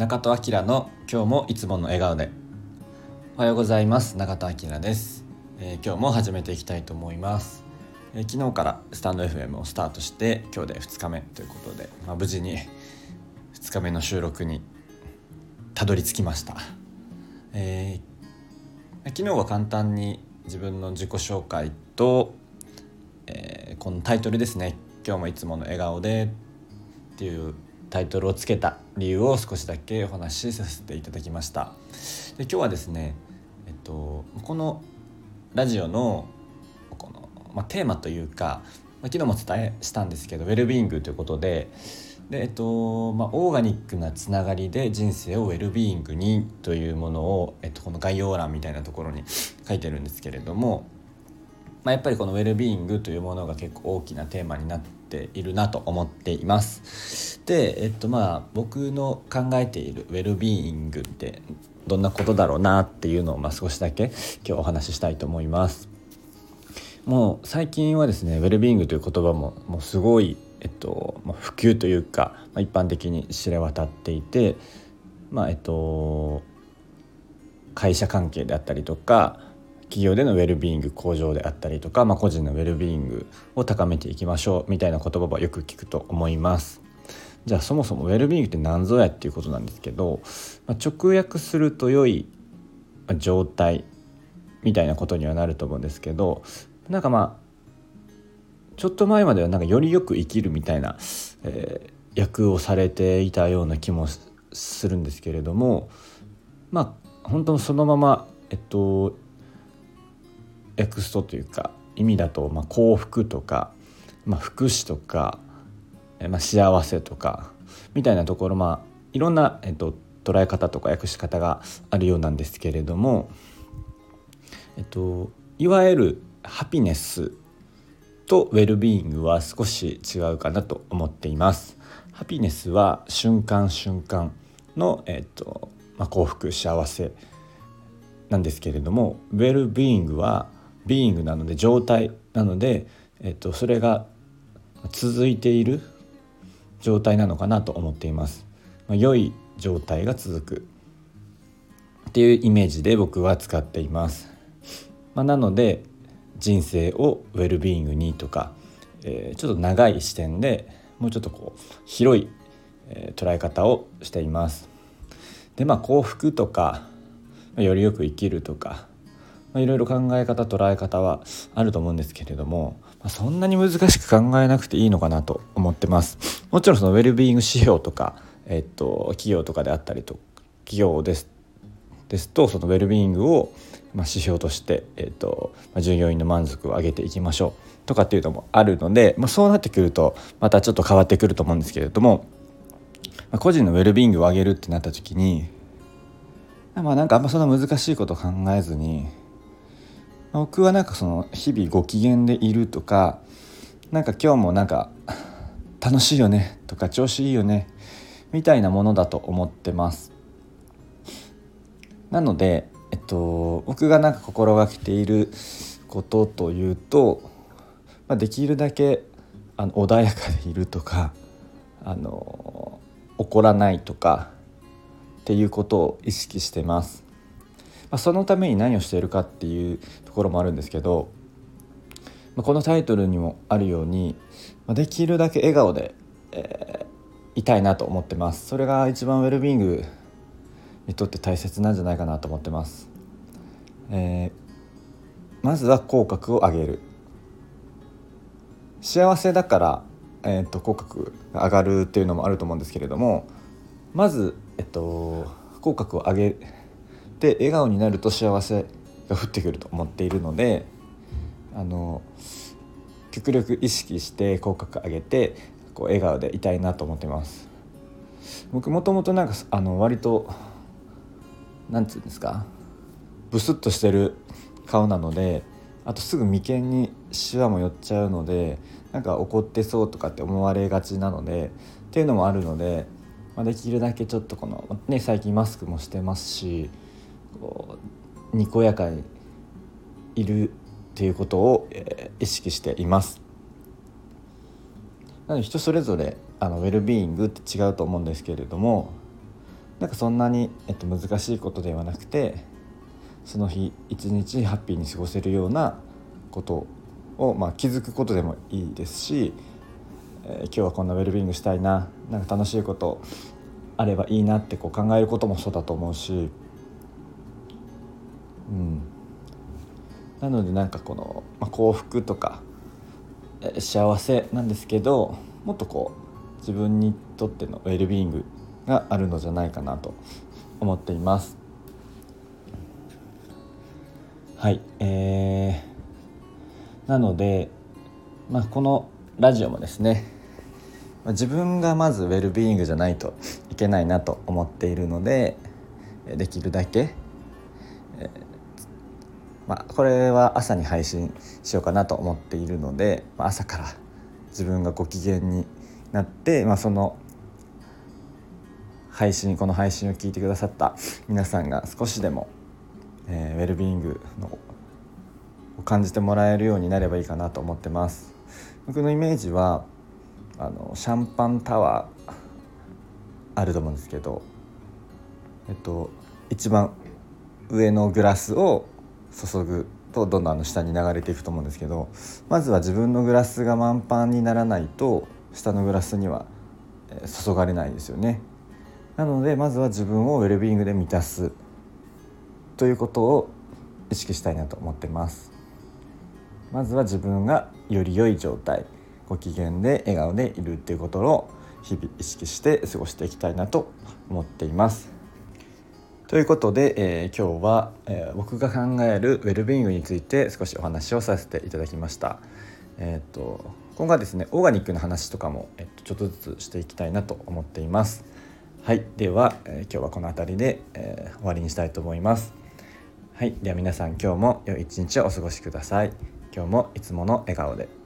中戸明の今日もいつもの笑顔で。おはようございます。中戸明です。今日も始めていきたいと思います。昨日からスタンド FM をスタートして今日で2日目ということで、無事に2日目の収録にたどり着きました。昨日は簡単に自分の自己紹介と、このタイトルですね、今日もいつもの笑顔でっていうタイトルをつけた理由を少しだけお話しさせていただきました。で今日はですね、このラジオのテーマというか、昨日も伝えしたんですけど、ウェルビーイングということで、オーガニックなつながりで人生をウェルビーイングにというものを、この概要欄みたいなところに書いてるんですけれども、やっぱりこのウェルビーイングというものが結構大きなテーマになっているなと思っています。で、僕の考えているウェルビーイングってどんなことだろうなっていうのを少しだけ今日お話ししたいと思います。もう最近はですね、ウェルビーイングという言葉もうすごい、普及というか、一般的に知れ渡っていて、会社関係であったりとか企業でのウェルビーイング向上であったりとか、個人のウェルビーイングを高めていきましょうみたいな言葉はよく聞くと思います。じゃあそもそもウェルビーイングって何ぞやっていうことなんですけど、直訳すると良い状態みたいなことにはなると思うんですけど、ちょっと前まではよりよく生きるみたいな、訳をされていたような気もするんですけれども、本当にそのままエクストというか意味だと、幸福とか、福祉とか、幸せとかみたいなところ、いろんな、捉え方とか訳し方があるようなんですけれども、いわゆるハピネスとウェルビーイングは少し違うかなと思っています。ハピネスは瞬間瞬間の、幸福幸せなんですけれども、ウェルビーイングはビーイングなので状態なので、それが続いている状態なのかなと思っています。良い状態が続くっていうイメージで僕は使っています。なので人生をウェルビーイングにとか、ちょっと長い視点でもうちょっと広い、捉え方をしています。で幸福とかよりよく生きるとか、いろいろ考え方捉え方はあると思うんですけれども、そんなに難しく考えなくていいのかなと思ってます。もちろんそのウェルビーイング指標とか、企業とかであったりと企業ですとそのウェルビーイングを指標として、従業員の満足を上げていきましょうとかっていうのもあるので、そうなってくるとまたちょっと変わってくると思うんですけれども、個人のウェルビーイングを上げるってなった時に、あんまそんな難しいことを考えずに、僕はその日々ご機嫌でいるとか、今日も楽しいよねとか調子いいよねみたいなものだと思ってます。なので、僕が心がけていることというと、できるだけ穏やかでいるとか、怒らないとかっていうことを意識してます。そのために何をしているかっていうところもあるんですけど、このタイトルにもあるように、できるだけ笑顔で、いたいなと思ってます。それが一番ウェルビーイングにとって大切なんじゃないかなと思ってます。まずは口角を上げる。幸せだから、口角が上がるっていうのもあると思うんですけれども、まず、口角を上げて笑顔になると幸せが降ってくると思っているので、極力意識して口角上げて笑顔でいたいなと思ってます。僕もともと割となんていうんですか、ブスッとしてる顔なので、あとすぐ眉間にシワも寄っちゃうので、怒ってそうとかって思われがちなのでっていうのもあるので、できるだけちょっと最近マスクもしてますし、にこやかにいるっていうことを、意識しています。なので人それぞれウェルビーイングって違うと思うんですけれども、 なんかそんなに、難しいことではなくて、その日一日ハッピーに過ごせるようなことを、気づくことでもいいですし、今日はこんなウェルビーイングしたいな、なんか楽しいことあればいいなってこう考えることもそうだと思うし、なのでなんかこの、幸福とか、幸せなんですけど、もっとこう自分にとってのウェルビーイングがあるのじゃないかなと思っています。はい、なので、このラジオもですね、自分がまずウェルビーイングじゃないといけないなと思っているので、できるだけ、これは朝に配信しようかなと思っているので、朝から自分がご機嫌になって、そのこの配信を聞いてくださった皆さんが少しでも、ウェルビーイングを感じてもらえるようになればいいかなと思ってます。僕のイメージはシャンパンタワーあると思うんですけど、一番上のグラスを注ぐとどんどん下に流れていくと思うんですけど、まずは自分のグラスが満帆にならないと下のグラスには注がれないですよね。なのでまずは自分をウェルビーイングで満たすということを意識したいなと思っています。まずは自分がより良い状態、ご機嫌で笑顔でいるっていうことを日々意識して過ごしていきたいなと思っています。ということで、今日は、僕が考えるウェルビーイングについて少しお話をさせていただきました。今後はですね、オーガニックの話とかも、ちょっとずつしていきたいなと思っています。はい、では、今日はこの辺りで、終わりにしたいと思います。はい、では皆さん今日も良い一日をお過ごしください。今日もいつもの笑顔で。